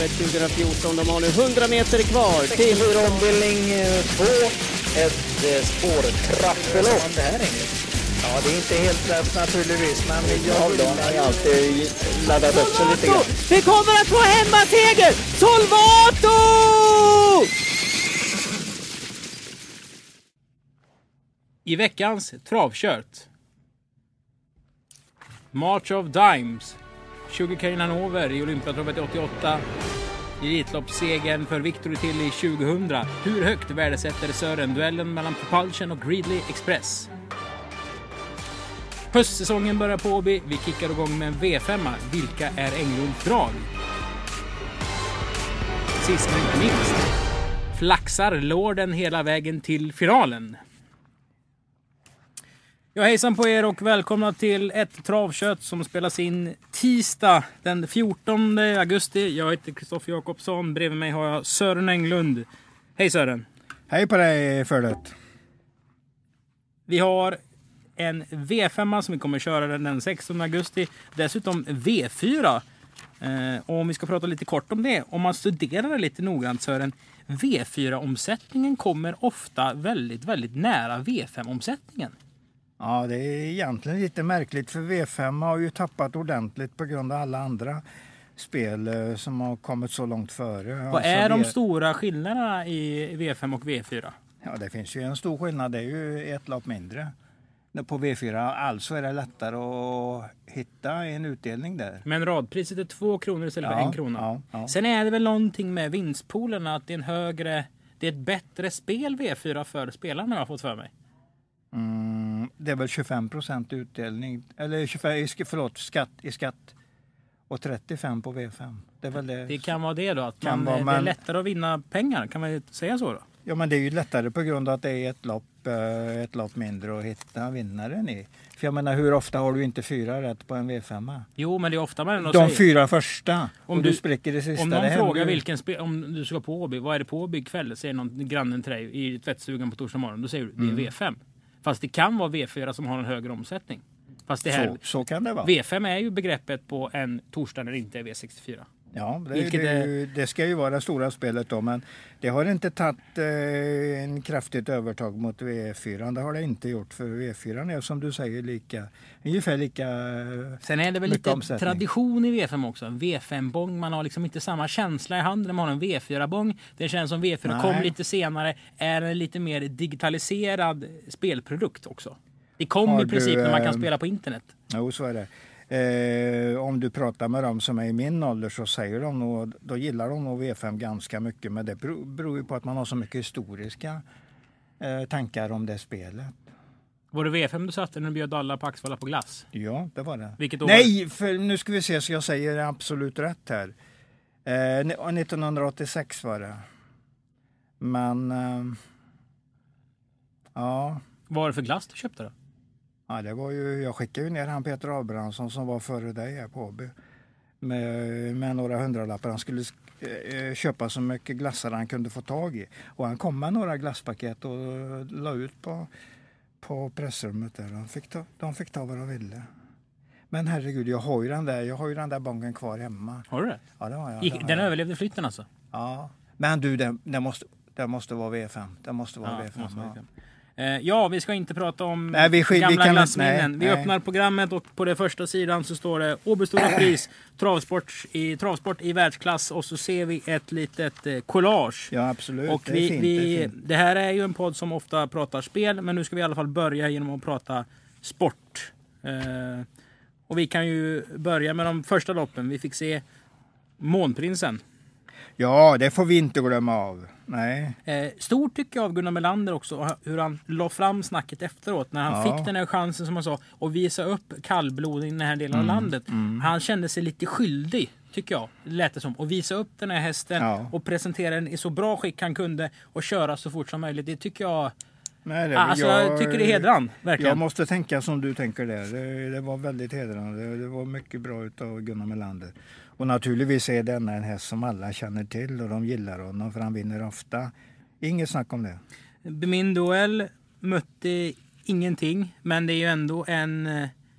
Elitloppet 2014. De har nu 100 meter kvar till ombildning 2. Ett spårtrappelopp. Ja, det är inte helt lätt naturligtvis, men jag har alltid laddat upp sig lite grann. Vi kommer att få hemmaseger! Solvato! I veckans travkört. March of Dimes. Sugarcane Hanover i Olympiatravet 88. Elitloppssegern för Victory Tilly 2000. Hur högt värdesätter Sören duellen mellan Propulsion och Greedley Express? Höstsäsongen börjar på Åby. Vi kickar igång med en V5. Vilka är Englunds drag? Sist men inte minst. Flaxar Lorden hela vägen till finalen? Ja, hejsan på er och välkomna till ett travkött som spelas in tisdag den 14 augusti. Jag heter Kristoffer Jakobsson. Bredvid mig har jag Sören Englund. Hej Sören. Hej på dig förut. Vi har en V5 som vi kommer köra den 16 augusti. Dessutom V4. Och om vi ska prata lite kort om det. Om man studerar det lite noggrant Sören. V4-omsättningen kommer ofta väldigt, väldigt nära V5-omsättningen. Ja, det är egentligen lite märkligt för V5 har ju tappat ordentligt på grund av alla andra spel som har kommit så långt före. Vad är de stora skillnaderna i V5 och V4? Ja, det finns ju en stor skillnad. Det är ju ett lopp mindre. På V4 alltså är det lättare att hitta en utdelning där. Men radpriset är 2 kronor istället för 1 krona. Ja. Sen är det väl någonting med vinstpoolerna att det är ett bättre spel V4 för spelarna jag har fått för mig. Det är väl 25% utdelning eller 25 skatt i skatt och 35 på V5. Det är väl det. Det kan vara det då att det är lättare att vinna pengar, kan man säga så då? Ja, men det är ju lättare på grund av att det är ett lopp mindre att hitta vinnaren i. För jag menar, hur ofta har du inte 4 rätt på en V5? Jo, men det är ofta man de 4 första om du spricker det sista. Om någon frågar om du ska på Åby, vad är det på Åby ikväll? Säger någon grannen till dig i tvättstugan på torsdag morgon, då säger du det är V5. Fast det kan vara V4 som har en högre omsättning. Fast det här, så kan det vara. V5 är ju begreppet på en torsdag när det inte är V64. Ja, det ska ju vara det stora spelet då, men det har inte tagit en kraftigt övertag mot V4. Det har det inte gjort, för V4 är som du säger ungefär lika. Sen är det väl lite tradition i V5 också. V5-bång, man har liksom inte samma känsla i handen när man har en V4-bång. Det känns som V4 kom lite senare, är en lite mer digitaliserad spelprodukt också. Det kom i princip när man kan spela på internet. Jo, så är det. Om du pratar med dem som är i min ålder så säger de nog, då gillar de nog V5 ganska mycket, men det beror ju på att man har så mycket historiska tankar om det spelet. Var det V5 du satte när du bjöd alla på Axvalla på glass? Ja, det var det. Vilket år? Nej, för nu ska vi se så jag säger absolut rätt här. 1986 var det. Men ja. Vad var det för glass du köpte då? Ja, det var ju, jag skickade ju ner han Peter Abrahamsson som var före dig här på Åby med några hundralappar. Han skulle köpa så mycket glassar han kunde få tag i. Och han kom med några glasspaket och la ut på pressrummet där. De fick ta vad de ville. Men herregud, jag har ju den där bången kvar hemma. Har du det? Ja, det har jag. Den överlevde flytten alltså? Ja, men du, det måste vara V5. Det måste vara V5. Ja, vi ska inte prata om gamla glassminnen. Vi öppnar programmet och på den första sidan så står det Åby Stora Pris, travsport i världsklass, och så ser vi ett litet collage. Ja, absolut. Och det är fint. Det här är ju en podd som ofta pratar spel, men nu ska vi i alla fall börja genom att prata sport. Och vi kan ju börja med de första loppen. Vi fick se Månprinsen. Ja, det får vi inte glömma av. Nej. Stort tycker jag av Gunnar Melander också, hur han la fram snacket efteråt när han fick den här chansen som han sa att visa upp kallblod i den här delen av landet. Han kände sig lite skyldig, tycker jag, lät det som, att visa upp den här hästen och presentera den i så bra skick han kunde och köra så fort som möjligt. Det tycker jag. Nej, jag tycker det är hedrande, verkligen. Jag måste tänka som du tänker där. Det var väldigt hedrande. Det var mycket bra utav Gunnar Melander. Och naturligtvis är denna en häst som alla känner till och de gillar honom för han vinner ofta. Inget snack om det. Min duell mötte ingenting, men det är ju ändå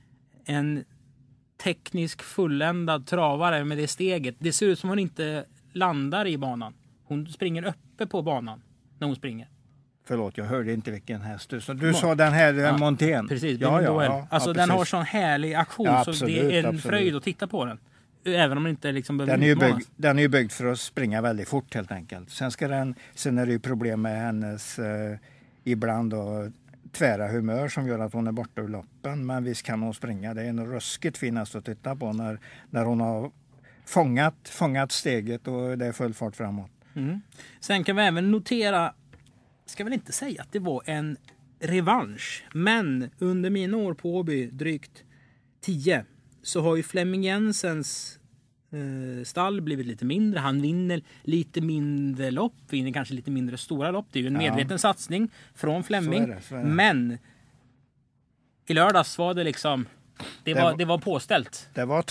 en teknisk fulländad travare med det steget. Det ser ut som hon inte landar i banan. Hon springer uppe på banan när hon springer. Förlåt, jag hörde inte vilken häst du sa. Du sa den här Montén. Precis, alltså den har sån härlig aktion, så absolut, det är en absolut. fröjd att titta på den. Även om det inte liksom behöver den är ju byggd för att springa väldigt fort helt enkelt. Sen är det ju problem med hennes ibland då, tvära humör som gör att hon är borta ur loppen. Men visst kan hon springa. Det är en ruskigt finast att titta på när hon har fångat steget och det är full fart framåt. Mm. Sen kan vi även notera, ska väl inte säga att det var en revansch, men under mina år på Åby, drygt 10, så har ju Flemming Jensens stall blivit lite mindre. Han vinner lite mindre lopp, vinner kanske lite mindre stora lopp. Det är ju en medveten satsning från Flemming. Så är det. Men i lördags var det liksom, det var påställt. Det var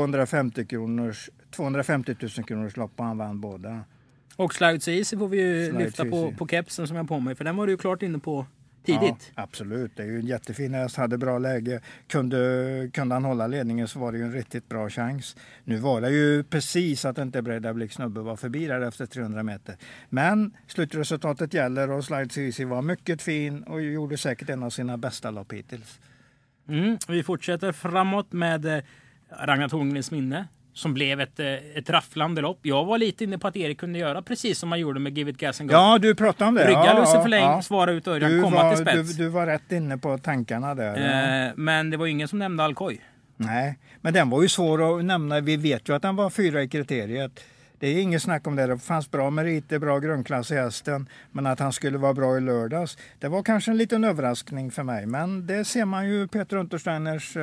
250 000 kronors lopp och han vann båda. Och Slides Easy får vi ju lyfta på kepsen som jag har på mig, för den var du ju klart inne på tidigt. Ja, absolut. Det är ju en jättefin häst, hade bra läge. Kunde han hålla ledningen så var det ju en riktigt bra chans. Nu var det ju precis att inte Breda Blick snubbe var förbi där efter 300 meter. Men slutresultatet gäller och Slides Easy var mycket fin och gjorde säkert en av sina bästa lopp hittills. Vi fortsätter framåt med Ragnar Torngrens minne, som blev ett rafflande lopp. Jag var lite inne på att Erik kunde göra precis som man gjorde med Give It Gas and Go. Ja, du pratade om det. Rygga Lusse Förläng, svara ut Örjan, komma till spets. Du var rätt inne på tankarna där. Men det var ingen som nämnde Alcoy. Nej, men den var ju svår att nämna. Vi vet ju att den var 4 i kriteriet. Det är inget snack om det. Det fanns bra meriter, bra grundklass i hästen. Men att han skulle vara bra i lördags, det var kanske en liten överraskning för mig. Men det ser man ju Peter Untersteiners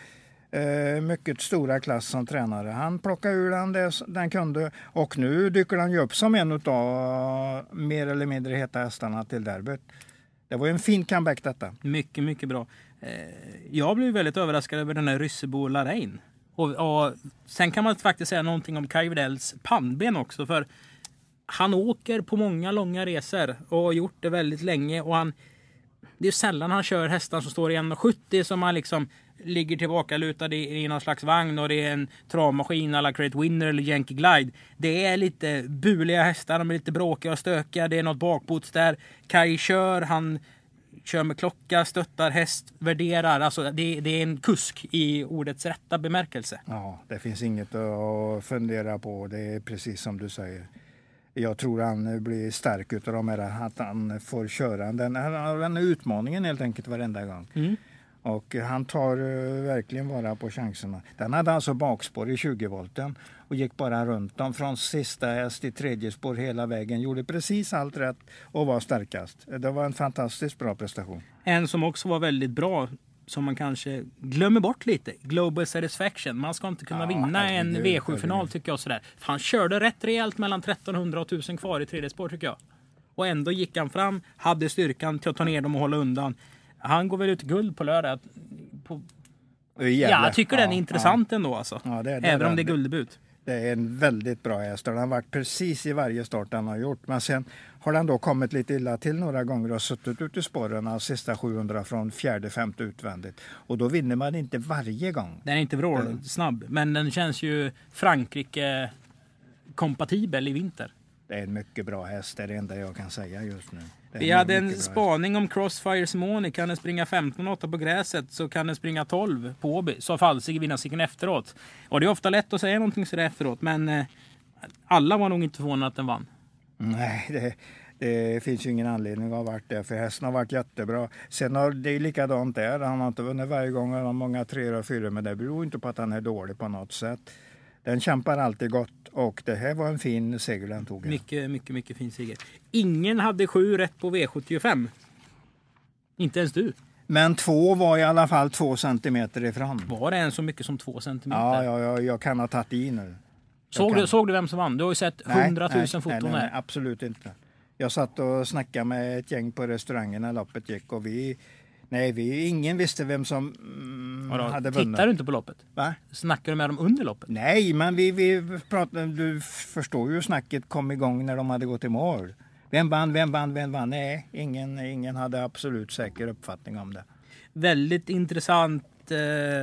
mycket stora klass som tränare. Han plockade ur den kunde och nu dyker han ju upp som en av mer eller mindre heta hästarna till derbyt. Det var ju en fin comeback detta. Mycket, mycket bra. Jag blev väldigt överraskad över den här Ryssebo Larain. Och sen kan man faktiskt säga någonting om Kai Widells pannben också, för han åker på många långa resor och har gjort det väldigt länge, och det är sällan han kör hästar som står i 1,70 som han liksom ligger tillbaka lutad i någon slags vagn och det är en travmaskin alla Great Winner eller Yankee Glide. Det är lite buliga hästar, de är lite bråkiga och stökiga, det är något bakbots där. Kai han kör med klocka, stöttar häst, värderar. Alltså det är en kusk i ordets rätta bemärkelse. Ja, det finns inget att fundera på. Det är precis som du säger. Jag tror han blir stark utav de här, att han får köra den utmaningen helt enkelt varenda gång. Och han tar verkligen vara på chanserna. Den hade alltså bakspår i 20-volten och gick bara runt dem från sista häst i tredje spår hela vägen. Gjorde precis allt rätt och var starkast. Det var en fantastiskt bra prestation. En som också var väldigt bra, som man kanske glömmer bort lite, Global Satisfaction. Man ska inte kunna vinna en V7-final tycker jag sådär. Han körde rätt rejält mellan 1300 och 1000 kvar i tredje spår tycker jag. Och ändå gick han fram, hade styrkan till att ta ner dem och hålla undan. Han går väl ut guld på lördag. Jag tycker den är intressant ändå alltså. Ja, även om det är gulddebut. Det är en väldigt bra häst. Han har varit precis i varje start han har gjort. Men sen har han då kommit lite illa till några gånger och suttit ut i spåren sista 700 från 4-5 utvändigt. Och då vinner man inte varje gång. Den är inte snabb, men den känns ju Frankrike-kompatibel i vinter. Det är en mycket bra häst, det är det enda jag kan säga just nu. Vi hade en spaning om Crossfire Simone. Kan den springa 15,8 på gräset så kan den springa 12 på Åby. Så falsig vinna cykeln efteråt. Och det är ofta lätt att säga någonting sådär efteråt. Men alla var nog inte förvånade att den vann. Nej, det finns ju ingen anledning att ha varit det. För hästen har varit jättebra. Sen har det är likadant där. Han har inte vunnit varje gång. Han har många 3 och 4. Men det beror inte på att han är dålig på något sätt. Den kämpar alltid gott och det här var en fin seger den tog. Mycket fin seger. Ingen hade 7 rätt på V75. Inte ens du. Men 2 var i alla fall 2 centimeter ifrån. Var det en så mycket som 2 centimeter? Ja, jag kan ha tagit i nu. Såg du vem som vann? Du har ju sett 100 000 foton här. Nej, absolut inte. Jag satt och snackade med ett gäng på restaurangen när loppet gick och ingen visste vem som hade vunnit. Tittar du inte på loppet? Va? Snackar du med dem under loppet? Nej, men vi pratade, du förstår ju hur snacket kom igång när de hade gått i mål. Vem vann? Nej, ingen hade absolut säker uppfattning om det. Väldigt intressant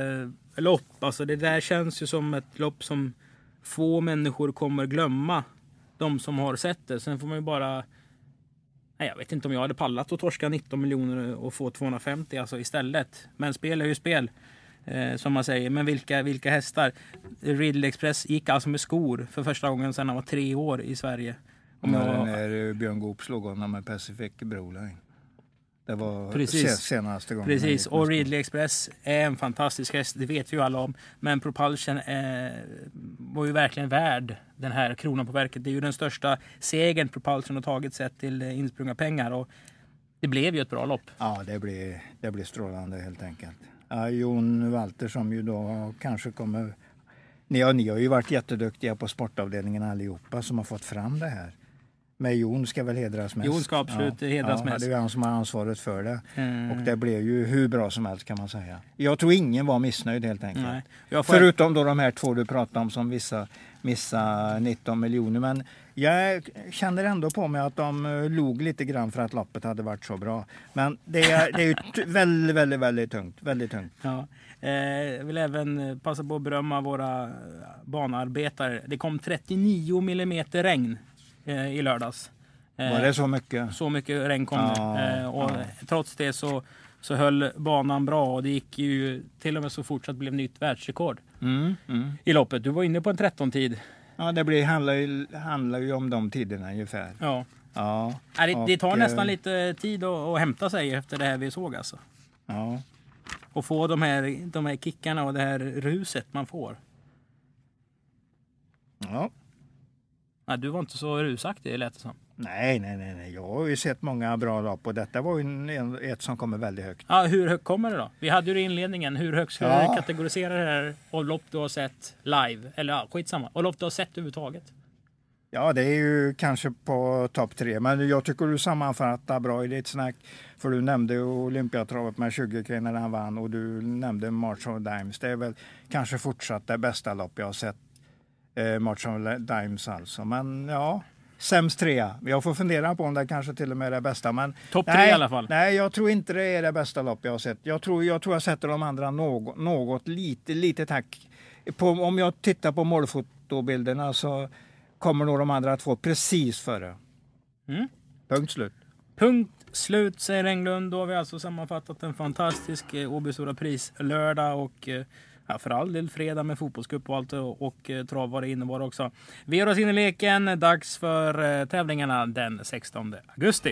lopp. Alltså det där känns ju som ett lopp som få människor kommer glömma. de som har sett det. Sen får man ju bara... Nej, jag vet inte om jag hade pallat att torska 19 miljoner och få 250 alltså istället. Men spel är ju spel, som man säger. Men vilka hästar? Ridley Express gick alltså med skor för första gången sedan han var 3 år i Sverige. När Björn Goop slog honom med Pacific Broline. Det var senaste gången. Precis, och Ridley Express är en fantastisk häst, det vet vi ju alla om. Men Propulsion var ju verkligen värd den här kronan på verket. Det är ju den största segern Propulsion har tagit sett till insprungna pengar. Och det blev ju ett bra lopp. Ja, det blir strålande helt enkelt. Ja, Jon Walter som ju då kanske kommer... Ni har ju varit jätteduktiga på sportavdelningen allihopa som har fått fram det här. Men Jon ska väl hedras mest. Jon ska absolut hedras mest. Det är ju han som har ansvaret för det. Och det blev ju hur bra som helst kan man säga. Jag tror ingen var missnöjd helt enkelt. Nej. Förutom då de här 2 du pratade om som vissa missade 19 miljoner. Men jag känner ändå på mig att de log lite grann för att loppet hade varit så bra. Men det är ju väldigt tungt. Väldigt tungt. Ja. Jag vill även passa på att berömma våra banarbetare. Det kom 39 millimeter regn i lördags. Var det så mycket? Så mycket regn kom det. Trots det så höll banan bra och det gick ju till och med så fort att det blev nytt världsrekord i loppet. Du var inne på en 13-tid. Ja, handlar ju om de tiderna ungefär. Ja. Ja. Det tar nästan lite tid att hämta sig efter det här vi såg alltså. Ja. Och få de här kickarna och det här ruset man får. Ja. Nej, du var inte så rusaktig, det lät det som. Nej. Jag har ju sett många bra lopp och detta var ju ett som kommer väldigt högt. Ja, hur högt kommer det då? Vi hade ju det i inledningen. Hur högt ska du kategorisera det här och lopp du har sett live? Eller skitsamma. Och lopp du har sett överhuvudtaget? Ja, det är ju kanske på topp 3. Men jag tycker du sammanfattar bra i ditt snack. För du nämnde Olympiatravet med 20 kr när han vann och du nämnde March of Dimes. Det är väl kanske fortsatt det bästa lopp jag har sett. March of Dimes alltså. Men ja, sämst 3. Jag får fundera på om det kanske till och med är det bästa. Men topp 3 i alla fall. Nej, jag tror inte det är det bästa lopp jag har sett. Jag tror jag sätter de andra något lite tack. Om jag tittar på målfotobilderna så kommer nog de andra 2 precis före. Punkt slut. Punkt slut, säger Englund. Då har vi alltså sammanfattat en fantastisk Åby Stora Pris lördag och för all del fredag med fotbollscup och allt och trav var det innebar också. Vi gör oss in i leken. Dags för tävlingarna den 16 augusti.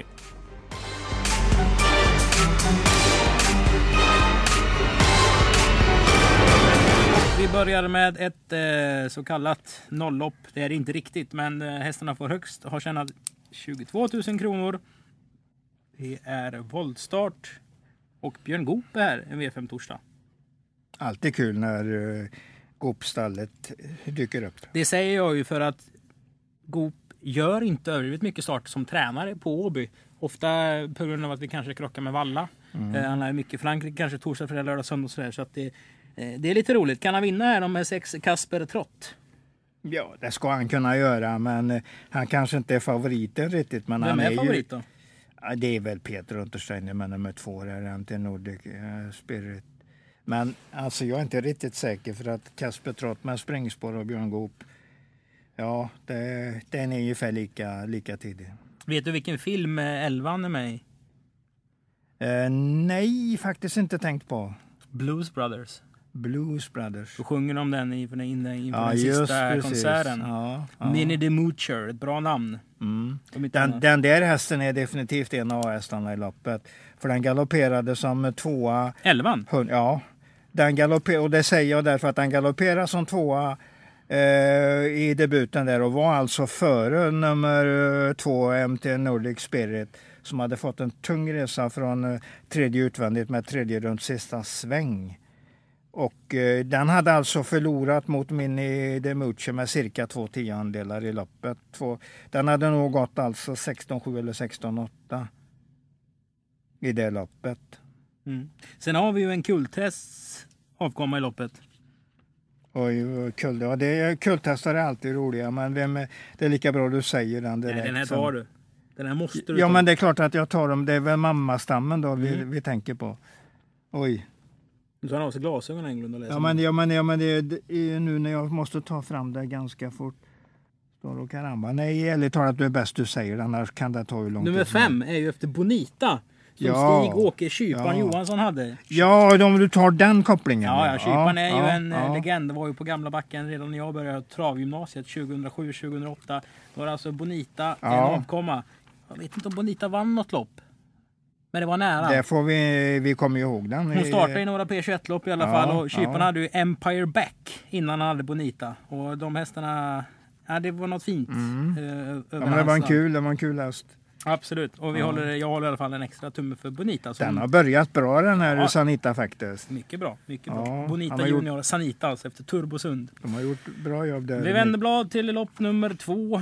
Vi börjar med ett så kallat nolllopp. Det är inte riktigt, men hästarna får högst har tjänat 22 000 kronor. Det är voltstart och Björn Goop är här en V5 torsdag. Alltid kul när Goop-stallet dyker upp. Det säger jag ju för att Goop gör inte överdrivet mycket start som tränare på Åby. Ofta på grund av att vi kanske krockar med Valla. Han är mycket Frankrike, kanske torsdag, fredag, lördag, söndag och sådär. Så att det är lite roligt. Kan han vinna här de här 6 Kasper Trott? Ja, det ska han kunna göra, men han kanske inte är favoriten riktigt. Men vem han är favorit då? Ja, det är väl Peter Untersteiner med nummer 2 där, till Nordic Spirit. Men alltså jag är inte riktigt säker för att Kasper Trott med springspår och Björn Goop, ja, den är ungefär lika tidig. Vet du vilken film 11 är med i? Nej, faktiskt inte tänkt på. Blues Brothers. Då sjunger de den inför den sista konserten. Ja. Minnie the Moocher, ett bra namn. Den där hästen är definitivt en av hästarna i loppet. För den galopperade som 2:a. 11? Ja, och det säger jag därför att den galopperade som 2:a i debuten där och var alltså före nummer 2 MT Nordic Spirit som hade fått en tung resa från tredje utvändigt med tredje runt sista sväng. Och den hade alltså förlorat mot Minnie the Moocher med cirka 2/10 i loppet. Den hade nog gått alltså 16-7 eller 16-8 i det loppet. Sen har vi ju en kulthäst avkomma i loppet. Oj, kulthästar är alltid roliga, men det är lika bra du säger den direkt. Nej, den här tar du. Den här måste du ta. Men det är klart att jag tar dem. Det är väl mammastammen då vi tänker på. Oj. Du tar av sig glasögonen Englund och läser. Ja, men det är nu när jag måste ta fram det ganska fort. Står och karamba. Nej, ärligt talat, du är bäst du säger. Annars kan det ta hur lång tid. Nummer 5 är ju efter Bonita. Som Stig-Åke Kypan Johansson hade. Ja, om du tar den kopplingen. Ja, Kypan är ju en legend. Det var ju på gamla backen redan när jag började travgymnasiet 2007-2008. Då var det alltså Bonita, en avkomma. Jag vet inte om Bonita vann något lopp. Men det var nära. Det får vi kommer ihåg den. Hon startade i några P21-lopp i alla fall. Och Kypan hade ju Empire Back innan han hade Bonita. Och de hästarna, det var något fint. Det var en kul häst. Absolut. Och jag håller i alla fall en extra tumme för Bonita. Den har börjat bra den här Sanita faktiskt. Mycket bra. Bonita Junior Sanita alltså, efter Turbosund. De har gjort bra jobb där. Vi vänder blad till lopp nummer 2.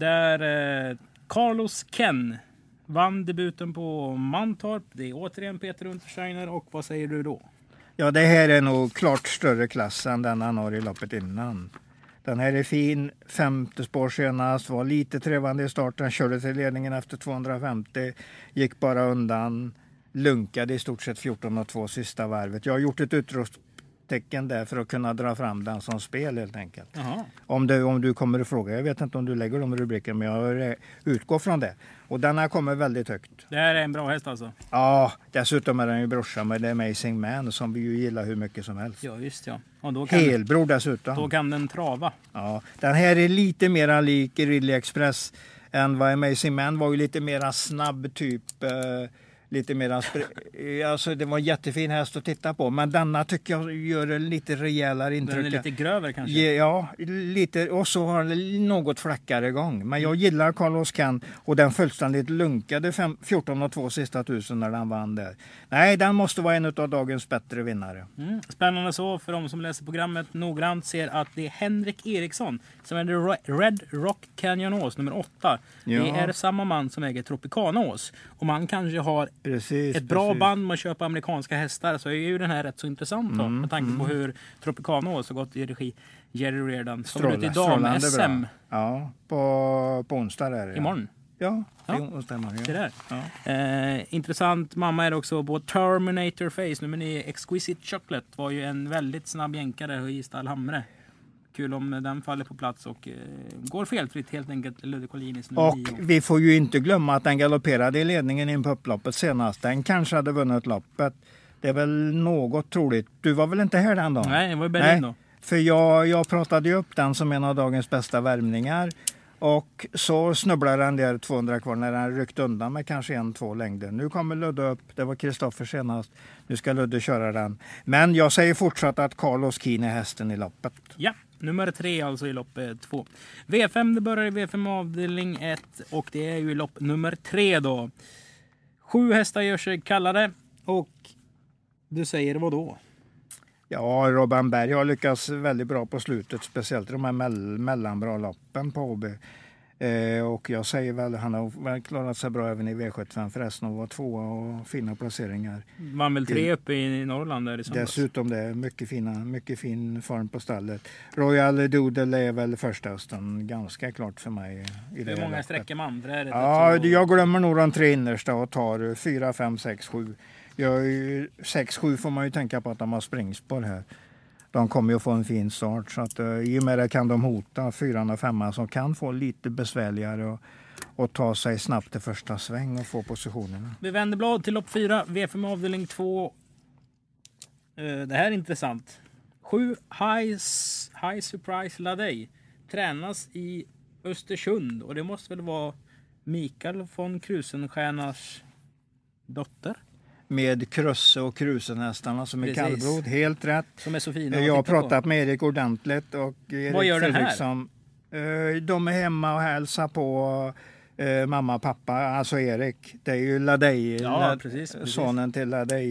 Där Carlos Ken vann debuten på Mantorp. Det är återigen Peter Untersteiner. Och vad säger du då? Ja, det här är nog klart större klass än den han har i loppet innan. Den här är fin, 5:e spår senast, var lite trevande i starten, körde till ledningen efter 250, gick bara undan, lunkade i stort sett 14,2 sista varvet. Jag har gjort ett utropstecken där för att kunna dra fram den som spel helt enkelt. Om du kommer att fråga, jag vet inte om du lägger de rubrikerna, men jag utgår från det. Och den här kommer väldigt högt. Det här är en bra häst alltså? Ja, dessutom är den ju brorsa med The Amazing Man som vi ju gillar hur mycket som helst. Ja, just ja. Och då helbror dessutom. Då kan den trava. Ja, den här är lite mera lik Ridley Express än vad Amazing Man var ju lite mera snabb typ. Lite mera alltså det var en jättefin häst att titta på, men denna tycker jag gör en lite rejälare intryck. Den är lite grövre kanske? Ja, lite, och så har den något flackare gång. Men jag gillar Carlos Ken och den fullständigt lunkade 14,2 sista tusen när den vann där. Nej, den måste vara en av dagens bättre vinnare. Spännande så, för de som läser programmet noggrant ser att det är Henrik Eriksson som är Red Rock Canyonås nummer 8. Ja. Det är samma man som äger Tropicanaås. Och man kanske har ett bra band med att köpa amerikanska hästar, så är ju den här rätt så intressant då, med tanke på hur Tropicanaås har gått i regi Jerry Reardon. Kommer ut i dam-SM. Ja, på onsdag är det. Imorgon. Ja, onsdag imorgon. Det där. Ja. Intressant, mamma är också på Terminator Face. Nummer 9, Exquisite Chocolate var ju en väldigt snabb jänkare i Stall Hamre. Kul om den faller på plats och går felfritt helt enkelt. Ludde Collinis och 9. Vi får ju inte glömma att den galopperade i ledningen in på upploppet senast. Den kanske hade vunnit loppet. Det är väl något troligt. Du var väl inte här den dagen? Nej, jag var i Berlin då. För jag pratade ju upp den som en av dagens bästa värmningar. Och så snubblade den där 200 kvar när den ryckte undan med kanske 1-2 längder. Nu kommer Ludde upp. Det var Kristoffer senast. Nu ska Ludde köra den. Men jag säger fortsatt att Carlos Keen är hästen i loppet. Ja. Nummer 3 alltså i lopp 2. V5, det börjar i V5 avdelning 1 och det är ju lopp nummer 3 då. 7 hästar gör sig kallade och du säger vad då? Ja, Robban Berg har lyckats väldigt bra på slutet, speciellt de här mellanbra loppen på AB. Och jag säger väl, han har väl klarat sig bra även i V75 förresten och var 2 och fina placeringar. Man väl 3 uppe i Norrland där i söndags. Dessutom det är mycket fin form på stallet. Royal Doodle är väl första hösten ganska klart för mig. Hur många sträcker man? Jag glömmer nog de 3 innersta och tar 4, 5, 6, 7. 6-7 får man ju tänka på att de har springspår här. De kommer ju att få en fin start, så att i och med det kan de hota 4 och 5 som kan få lite besvärligare och ta sig snabbt till första sväng och få positionerna. Vi vänder blad till lopp 4, V5 avdelning 2. Det här är intressant. 7 High Surprise Ladej tränas i Östersund och det måste väl vara Mikael von Krusenstjärnas dotter? Med Krusse och Krusenhästarna som är kallblod, helt rätt. Som är så fina. Jag har pratat med Erik ordentligt. Och Erik, vad gör den här? De är hemma och hälsar på mamma och pappa, alltså Erik. Det är ju Ladej, precis. sonen till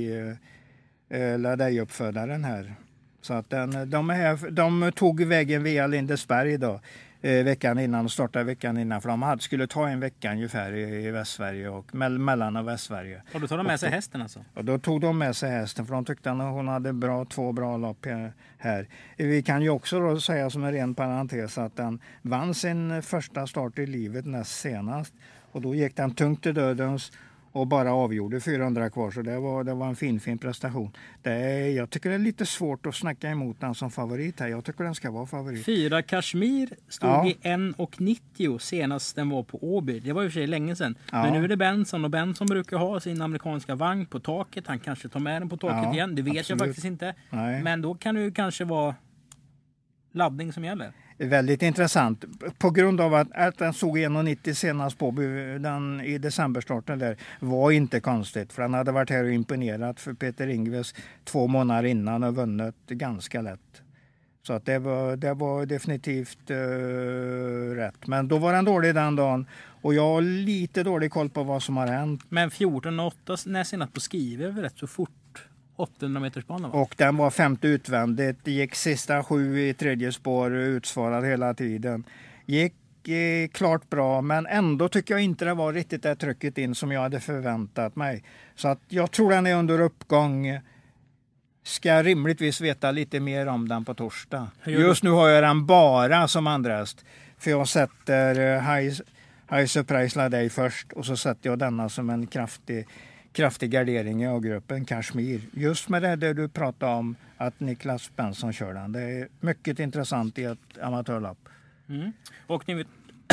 Ladej-uppfödaren här. Så att de tog vägen via Lindesberg då. Veckan innan och startade veckan innan, för de skulle ta en vecka ungefär i Västsverige och mellan och Västsverige. Och då tog de med sig hästen alltså? Och då tog de med sig hästen för de tyckte att hon hade 2 bra lopp här. Vi kan ju också då säga som en ren parentes att den vann sin första start i livet näst senast och då gick den tungt till dödens och bara avgjorde 400 kvar, så det var en fin prestation. Jag tycker det är lite svårt att snacka emot den som favorit här. Jag tycker den ska vara favorit. 4 Kashmir stod i 1,90 senast den var på Åby. Det var ju för sig länge sedan. Men nu är det Benson, och Benson brukar ha sin amerikanska vagn på taket. Han kanske tar med den på taket igen. Det vet jag faktiskt inte. Nej. Men då kan det ju kanske vara laddning som gäller. Väldigt intressant. På grund av att den såg 1,90 senast på den i decemberstarten där var inte konstigt. För han hade varit här och imponerat för Peter Ingves 2 månader innan och vunnit ganska lätt. Så att det var definitivt rätt. Men då var den dålig den dagen. Och jag har lite dålig koll på vad som har hänt. Men 14,8 när senast på skriver över rätt så fort. 800 meters bana, va? Och den var 5:e utvändigt. Det gick sista 7 i tredje spår, utsvarad hela tiden. Gick klart bra, men ändå tycker jag inte det var riktigt det trycket in som jag hade förväntat mig. Så att jag tror den är under uppgång. Ska rimligtvis veta lite mer om den på torsdag. Just nu har jag den bara som andrast. För jag sätter High Surprise Ladej först, och så sätter jag denna som en kraftig gardering i A-gruppen, Kashmir. Just med det du pratade om, att Niklas Benson kör den. Det är mycket intressant i ett amatörlapp. Och ni vet...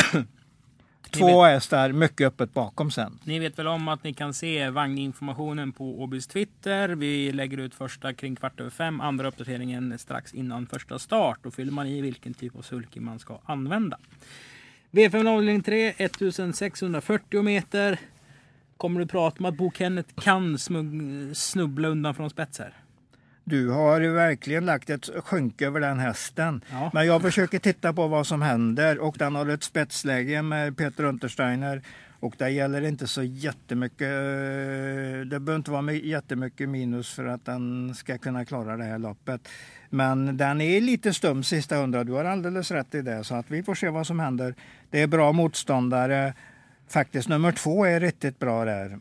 2 hästar mycket öppet bakom sen. Ni vet väl om att ni kan se vagninformationen på Åbys Twitter. Vi lägger ut första kring 4:15, andra uppdateringen strax innan första start. Då fyller man i vilken typ av sulky man ska använda. V5 avdelning 3, 1640 meter. Kommer du prata om att Bo Kenneth kan snubbla undan från spetsar? Du har ju verkligen lagt ett skynke över den hästen. Ja. Men jag försöker titta på vad som händer, och den har ett spetsläge med Peter Untersteiner. Och det gäller inte så jättemycket. Det behöver inte vara jättemycket minus för att den ska kunna klara det här loppet. Men den är lite stum sista 100. Du har alldeles rätt i det. Så att vi får se vad som händer. Det är bra motståndare. Faktiskt nummer 2 är riktigt bra där.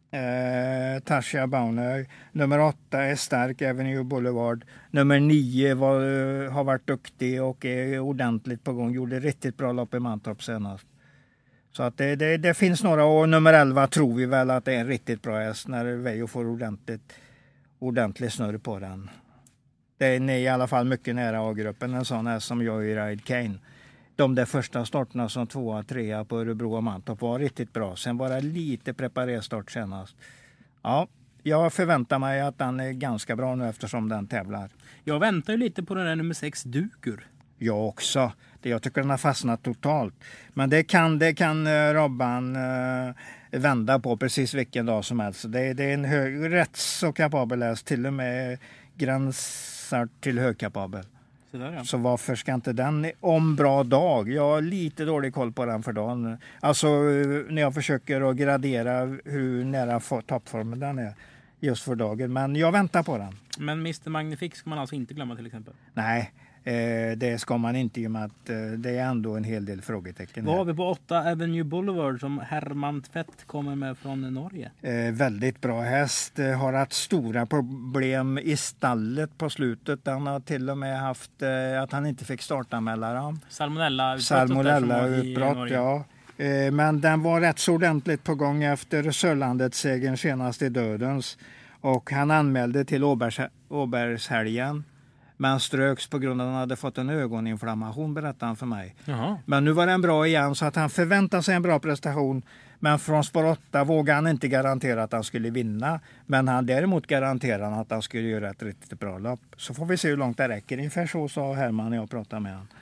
Tasha Baunö. Nummer 8 är stark, Avenue Boulevard. Nummer 9 har varit duktig och är ordentligt på gång. Gjorde riktigt bra lopp i Mantorp senast. Så att det finns några, och nummer 11 tror vi väl att det är en riktigt bra häst när Vejo får ordentligt snurr på den. Det är i alla fall mycket nära A-gruppen, en sån häst som Joyride Kane. De där första starterna som 2, 3 på Örebro och Mantorp var riktigt bra. Sen var det lite preparerstart senast. Ja, jag förväntar mig att den är ganska bra nu eftersom den tävlar. Jag väntar ju lite på den där nummer 6 Dukur. Jag också. Jag tycker den har fastnat totalt. Men det kan Robban vända på precis vilken dag som helst. Det är en rätt så kapabel häst, till och med gränsar till högkapabel. Så varför ska inte den om bra dag? Jag har lite dålig koll på den för dagen. Alltså när jag försöker att gradera hur nära toppformen den är just för dagen. Men jag väntar på den. Men Mr. Magnifix ska man alltså inte glömma till exempel? Nej, det ska man inte, i och med att det är ändå en hel del frågetecken. Vad har vi på 8 Avenue Boulevard som Herman Tvedt kommer med från Norge? Väldigt bra häst. Har haft stora problem i stallet på slutet. Han har till och med haft att han inte fick starta mellan Salmonella-utbrott, ja. Men den var rätt så ordentligt på gång efter Sörlandet-segern senast i Dödens. Och han anmälde till Åbergshelgen. Men ströks på grund av att han hade fått en ögoninflammation, berättade han för mig. Jaha. Men nu var den bra igen, så att han förväntar sig en bra prestation. Men från spår 8 vågar han inte garantera att han skulle vinna. Men han däremot garanterar att han skulle göra ett riktigt bra lopp. Så får vi se hur långt det räcker. Ungefär så sa Herman när jag pratade med honom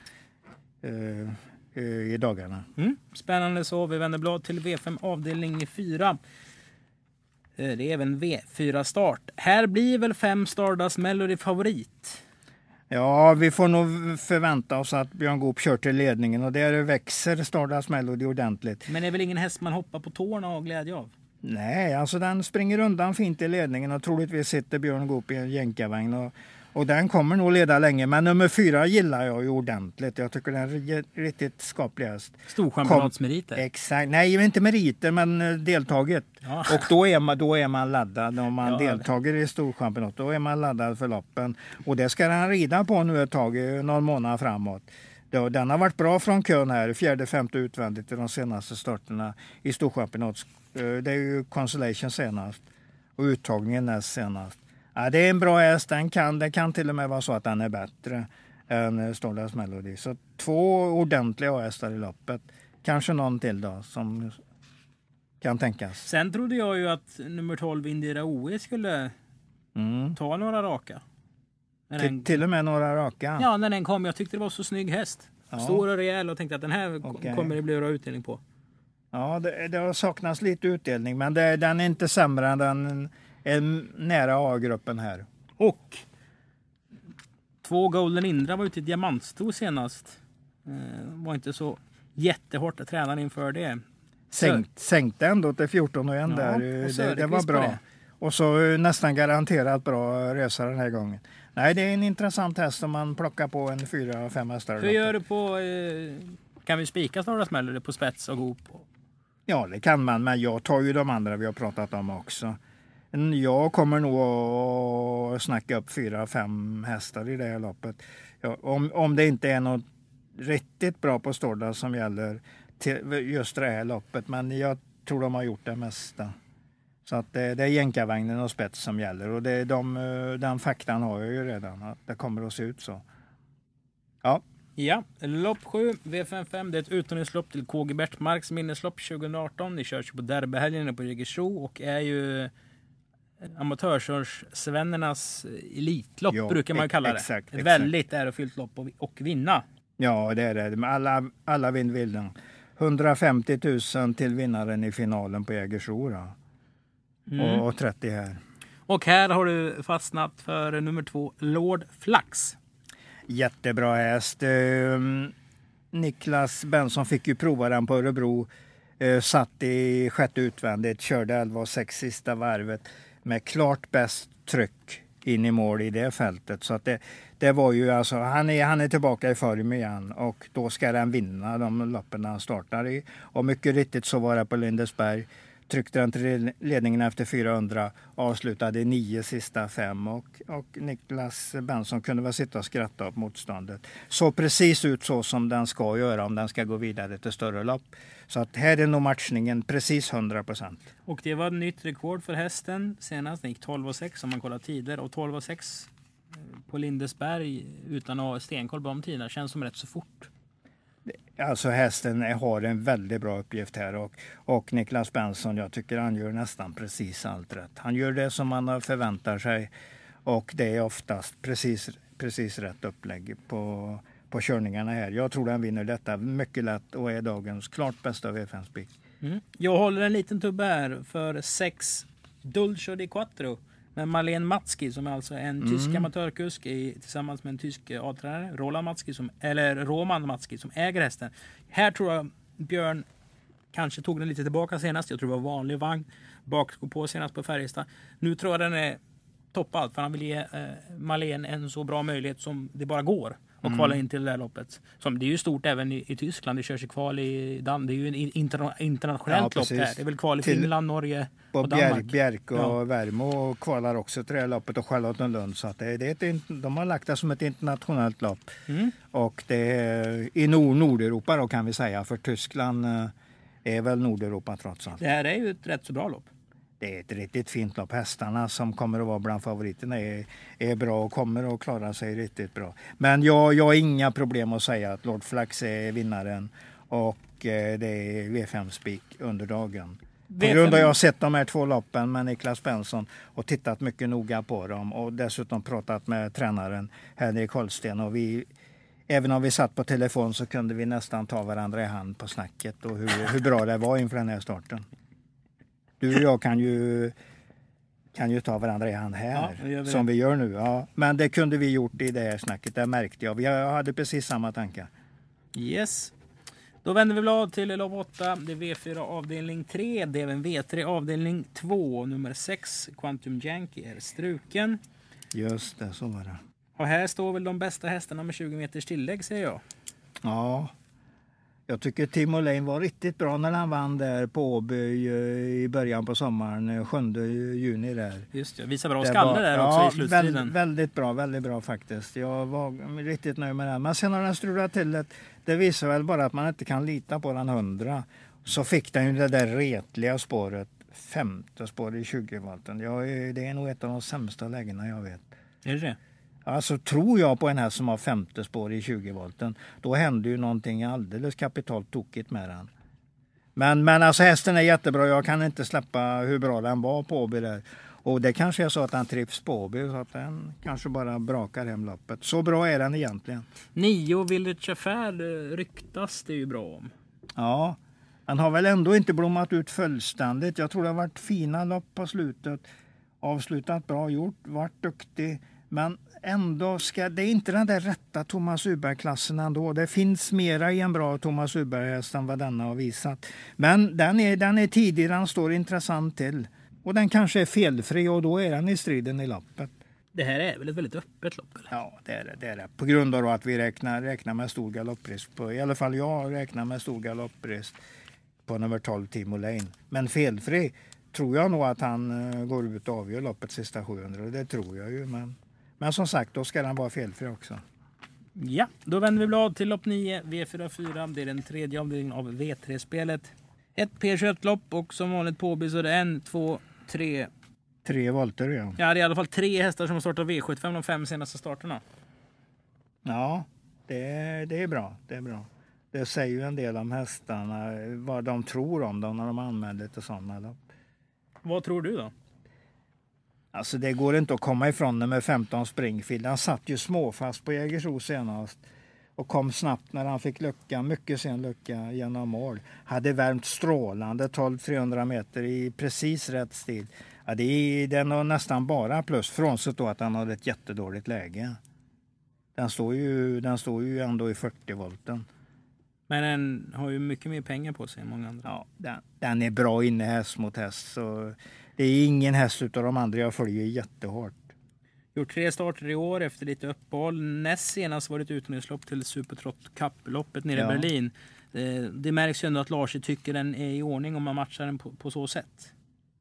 i dagarna. Spännande så. Vi vänder blad till V5 avdelning 4. Det är även V4 start. Här blir väl 5 Stardust Melody favorit? Ja, vi får nog förvänta oss att Björn Goop kör till ledningen, och där växer Stardust Melody ordentligt. Men det är väl ingen häst man hoppar på tårna och glädje av? Nej, alltså den springer undan fint i ledningen, och troligtvis sitter Björn Goop i en jänkarvagn, och den kommer nog leda länge. Men nummer 4 gillar jag ju ordentligt. Jag tycker den är riktigt skaplig häst. Storchampionatsmeriter? Exakt. Nej, inte meriter, men deltaget. Ja. Och då är man laddad. Om man deltager i storchampionat, då är man laddad för loppen. Och det ska han rida på nu ett tag, någon månad framåt. Den har varit bra från kön här, 4-5 utvändigt i de senaste starterna i Storchampionat. Det är ju Consolation senast och uttagningen näst senast. Ja, det är en bra häst, det kan till och med vara så att den är bättre än Stardust Melody. Så 2 ordentliga hästar i loppet. Kanske någon till då som kan tänkas. Sen trodde jag ju att nummer 12 Indira OE skulle ta några raka. Till och med några raka? Ja, när den kom. Jag tyckte det var så snygg häst. Ja. Stor och rejäl och tänkte att den här kommer det bli bra utdelning på. Ja, det har saknats lite utdelning, men den är inte sämre än den är nära A-gruppen här. Och 2 Golden Indra var ute i diamantsto senast. Var inte så jättehårt att träna inför det. Sänkte ändå till 14 och en där. Det var bra. Det. Och så nästan garanterat bra resa den här gången. Nej, det är en intressant häst om man plockar på en 4-5 hästar. Hur gör du på... kan vi spika Stardust Melody på spets och gå upp? Ja, det kan man, men jag tar ju de andra vi har pratat om också. Jag kommer nog att snacka upp 4-5 hästar i det här loppet. Ja, om det inte är något riktigt bra på Stardust som gäller till just det här loppet. Men jag tror de har gjort det mesta. Så att det är jänkarvagnen och spets som gäller. Och det är den faktan har jag ju redan. Att det kommer att se ut så. Ja. Ja, lopp 7, V55. Det är ett utomhuslopp till KG Bertmarks minneslopp 2018. Det körs på derbyhelgen på Jägersro och är ju amatörsvännernas elitlopp brukar man kalla det. Exakt. Ett väldigt ärofyllt lopp och vinna. Ja, det är det. Alla vinner. 150 000 till vinnaren i finalen på Jägersro då. Och 30 här. Och här har du fastnat för nummer 2, Lord Flax. Jättebra häst. Niklas Benson fick ju prova den på Örebro. Satt i 6:e utvändigt. Körde 11,6 sista varvet. Med klart bäst tryck in i mål i det fältet. Så att det var ju alltså, han är tillbaka i form igen. Och då ska den vinna de loppen han startar i. Och mycket riktigt så var det på Lindesberg. Tryckte den till ledningen efter 400, avslutade 9 sista 5 och Niklas Benson kunde väl sitta och skratta upp motståndet. Så precis ut så som den ska göra om den ska gå vidare till större lopp. Så att här är nog matchningen precis 100%. Och det var ett nytt rekord för hästen senast. Den gick 12,6 om man kollar tider och 12,6 på Lindesberg utan att ha stenkoll på de tiderna känns som rätt så fort. Alltså hästen har en väldigt bra uppgift här och Niklas Benson, jag tycker han gör nästan precis allt rätt. Han gör det som man förväntar sig och det är oftast precis rätt upplägg på körningarna här. Jag tror han vinner detta mycket lätt och är dagens klart bästa V5-spik. Jag håller en liten tubbe här för 6 Dulce di Quattro med Marlene Matzki som är alltså en tysk amatörkusk tillsammans med en tysk A-tränare, Roman Matzki som äger hästen. Här tror jag Björn kanske tog den lite tillbaka senast. Jag tror det var vanlig vagn. Bakskå på senast på Färjestad. Nu tror jag den är toppad för han vill ge Marlene en så bra möjlighet som det bara går och kvala in till det här loppet. Det är ju stort även i Tyskland. Det körs ju kval i Danmark. Det är ju en internationellt lopp där. Det är väl kval i Finland, Norge och Danmark. Bjerk och Värmo kvalar också till det här loppet och Charlottenlund. Så att de har lagt det som ett internationellt lopp. Och det är i Nordeuropa då kan vi säga. För Tyskland är väl Nordeuropa trots allt. Det här är ju ett rätt så bra lopp. Det är ett riktigt fint lopp. Hästarna som kommer att vara bland favoriterna är bra och kommer att klara sig riktigt bra. Men jag har inga problem att säga att Lord Flax är vinnaren och det är V5-spik under dagen. På grund av att jag har sett de här 2 loppen med Niklas Benson och tittat mycket noga på dem och dessutom pratat med tränaren Henrik Holsten och även om vi satt på telefon så kunde vi nästan ta varandra i hand på snacket och hur bra det var inför den här starten. Du och jag kan ju ta varandra i hand här, som vi gör nu. Ja. Men det kunde vi gjort i det här snacket, det märkte jag. Vi hade precis samma tankar. Yes. Då vänder vi blad till lopp 8. Det är V4 avdelning 3. Det är även V3 avdelning 2. Nummer 6, Quantum Yankee, är struken. Just det, så var det. Och här står väl de bästa hästarna med 20 meters tillägg, säger jag. Ja. Jag tycker Timo Lane var riktigt bra när han vann där på Åby i början på sommaren, 7 juni där. Just det, visar bra skalle där också i slutstriden. Väldigt bra faktiskt. Jag var riktigt nöjd med den. Men sen har den strulat till det visar väl bara att man inte kan lita på den 100. Så fick den ju det där retliga spåret, 5:e spår i 20-volten. Det är nog ett av de sämsta lägena jag vet. Är det? Alltså tror jag på en här som har 5:e spår i 20-volten, då händer ju någonting alldeles kapitalt tokigt med den. Men alltså hästen är jättebra, jag kan inte släppa hur bra den var på Åby där. Och det kanske är så att den trivs på Åby, så att den kanske bara brakar hem loppet. Så bra är den egentligen. 9 Village Affair ryktas det ju bra om. Ja, han har väl ändå inte blommat ut fullständigt. Jag tror det har varit fina lopp på slutet. Avslutat bra gjort, varit duktig. Men ändå det är inte den där rätta Thomas Uberg-klassen ändå. Det finns mera i en bra Thomas Uberg-häst än vad denna har visat. Men den är tidig, den står intressant till. Och den kanske är felfri och då är den i striden i loppet. Det här är väl ett väldigt öppet lopp? Eller? Ja, det är det. På grund av att vi räknar med stor galopprisk. I alla fall jag räknar med stor galopprisk på nummer 12 Timo Lane. Men felfri tror jag nog att han går ut och avgör loppet sista 700. Det tror jag ju, men som sagt, då ska den vara felfri också. Ja, då vänder vi blad till lopp 9, V44. Det är den tredje avdelningen av V3-spelet. Ett P21-lopp och som vanligt påbys så är det 1, 2, 3... 3 volter, ja. Ja, det är i alla fall 3 hästar som har startat V75 de 5 senaste starterna. Ja, det är bra. Det är bra. Det säger ju en del om hästarna, vad de tror om dem när de använder lite sådana lopp. Vad tror du då? Alltså det går inte att komma ifrån det med 15 Springfield. Han satt ju småfast på Jägersro senast och kom snabbt när han fick mycket sen lucka genom mål. Hade värmt strålande 12-300 meter i precis rätt stil. Ja, den har nästan bara plus, frånsett då att han hade ett jättedåligt läge. Den står ju ändå i 40-volten. Men den har ju mycket mer pengar på sig än många andra. Ja, den är bra inne häst mot häst. Så det är ingen häst utav de andra jag följer jättehårt. Gjort 3 starter i år efter lite uppehåll. Näst senast var det ett utomhuslopp till Supertrott Cup-loppet nere i Berlin. Det märks ju ändå att Lars tycker den är i ordning om man matchar den på så sätt.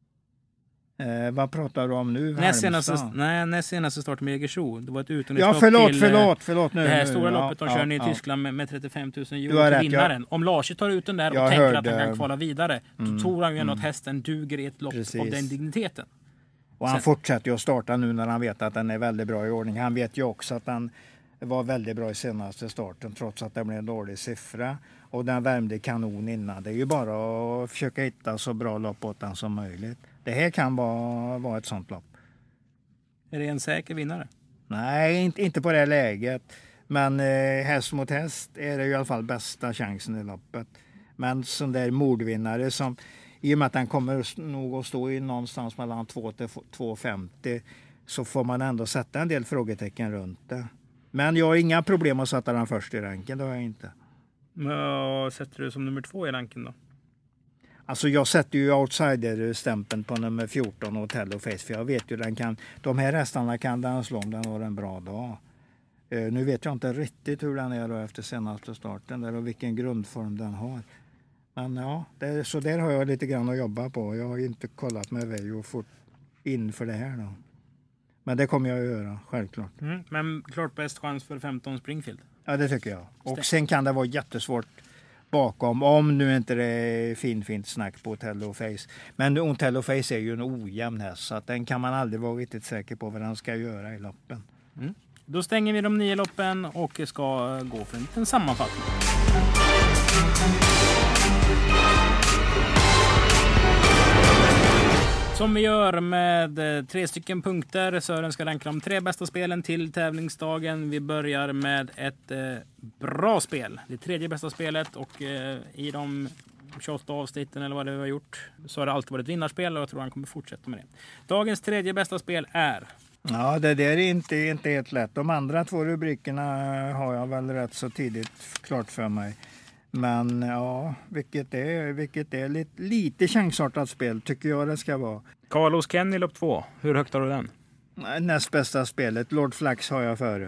Vad pratar du om nu? Näst senaste start med Jägersro. Det var ett utomhuslopp förlåt nu. Det här stora loppet de kör ner i Tyskland med 35 000 euro till vinnaren. Om Lars tar ut den där och tänker att han kan kvala vidare, då tror han ju ändå att hästen duger i ett lopp av den digniteten. Och han fortsätter ju att starta nu när han vet att den är väldigt bra i ordning. Han vet ju också att den var väldigt bra i senaste starten trots att det blev en dålig siffra. Och den värmde kanon innan. Det är ju bara att försöka hitta så bra lopp åt den som möjligt. Det här kan vara ett sånt lopp. Är det en säker vinnare? Nej, inte på det läget. Men häst mot häst är det i alla fall bästa chansen i loppet. Men sån där mordvinnare som, i och med att den kommer nog att stå i någonstans mellan 2 till 2,50, så får man ändå sätta en del frågetecken runt det. Men jag har inga problem att sätta den först i ranken, det har jag inte. Vad sätter du som nummer 2 i ranken då? Alltså jag sätter ju outsider-stämpeln på nummer 14 Otello Face, för jag vet ju de här hästarna kan den slå om den har en bra dag. Nu vet jag inte riktigt hur den är då efter senaste starten där och vilken grundform den har. Men ja, så där har jag lite grann att jobba på. Jag har inte kollat med Vejo inför det här då. Men det kommer jag att göra, självklart. Men klart bäst chans för 15 Springfield. Ja, det tycker jag. Och sen kan det vara jättesvårt bakom, om nu inte det är fint snack på Otello Face. Men Otello Face är ju en ojämn häst, så att den kan man aldrig vara riktigt säker på vad den ska göra i loppen. Då stänger vi de 9 loppen och ska gå för en liten sammanfattning. Som vi gör med 3 stycken punkter. Sören ska ranka de 3 bästa spelen till tävlingsdagen. Vi börjar med ett bra spel. Det 3:e bästa spelet, och i de 28 avsnitten eller vad det har gjort så har det alltid varit vinnarspel, och jag tror han kommer fortsätta med det. Dagens 3:e bästa spel är... Ja, det där är inte helt lätt. De andra 2 rubrikerna har jag väl rätt så tidigt klart för mig. Men ja, vilket är lite chansartat spel tycker jag det ska vara. Carlos Kenny lopp 2. Hur högt har du den? Näst bästa spelet. Lord Flax har jag före.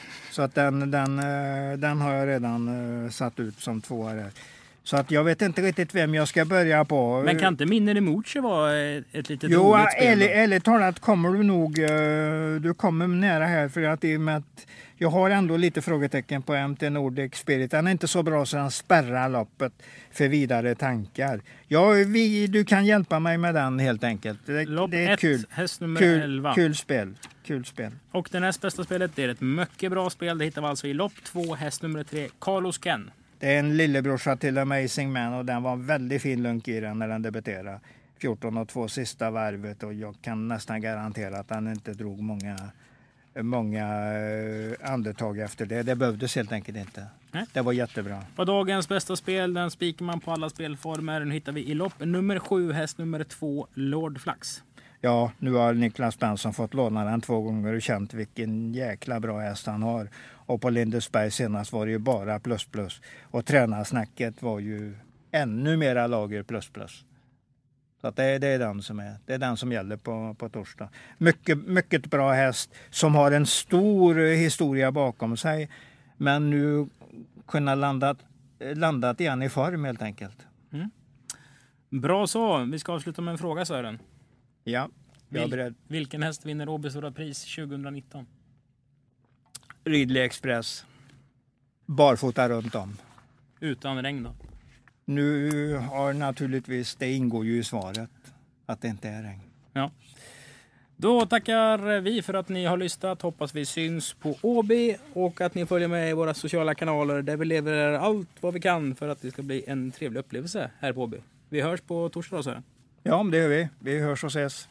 Så att den har jag redan satt ut som 2 här. Så att jag vet inte riktigt vem jag ska börja på. Men kan inte Minne Emoche vara ett litet Jo, roligt spel? ärligt talat kommer du nog, du kommer nära här för att i och med att jag har ändå lite frågetecken på MT Nordic Spirit. Den är inte så bra så den spärrar loppet för vidare tankar. Ja, du kan hjälpa mig med den helt enkelt. Lopp det är 1, kul. häst nummer 11. Kul spel. Och det näst bästa spelet, det är ett mycket bra spel. Det hittar vi alltså i lopp 2, häst nummer 3, Carlos Ken. Det är en lillebrorsa till Amazing Man och den var en väldigt fin lunk i den när den debuterade. 14,2 sista varvet och jag kan nästan garantera att den inte drog många andetag efter det. Det behövdes helt enkelt inte. Nej. Det var jättebra. På dagens bästa spel, den spikar man på alla spelformer. Nu hittar vi i lopp nummer 7, häst nummer 2, Lord Flax. Ja, nu har Niklas Benson fått låna den 2 gånger och känt vilken jäkla bra häst han har. Och på Lindesberg senast var det ju bara plus. Och tränarsnacket var ju ännu mera lager plus. Så att det är den som gäller på torsdag. Mycket bra häst som har en stor historia bakom sig. Men nu kunna landat igen i form helt enkelt. Bra så, vi ska avsluta med en fråga, Sören. Ja, jag är beredd. Vilken häst vinner Åby Stora Pris 2019? Ridley Express. Barfota runt om. Utan regn då? Nu har naturligtvis, det ingår ju i svaret, att det inte är regn. Ja. Då tackar vi för att ni har lyssnat. Hoppas vi syns på Åby och att ni följer med i våra sociala kanaler där vi lever allt vad vi kan för att det ska bli en trevlig upplevelse här på Åby. Vi hörs på torsdag, så. Ja, det gör vi. Vi hörs och ses.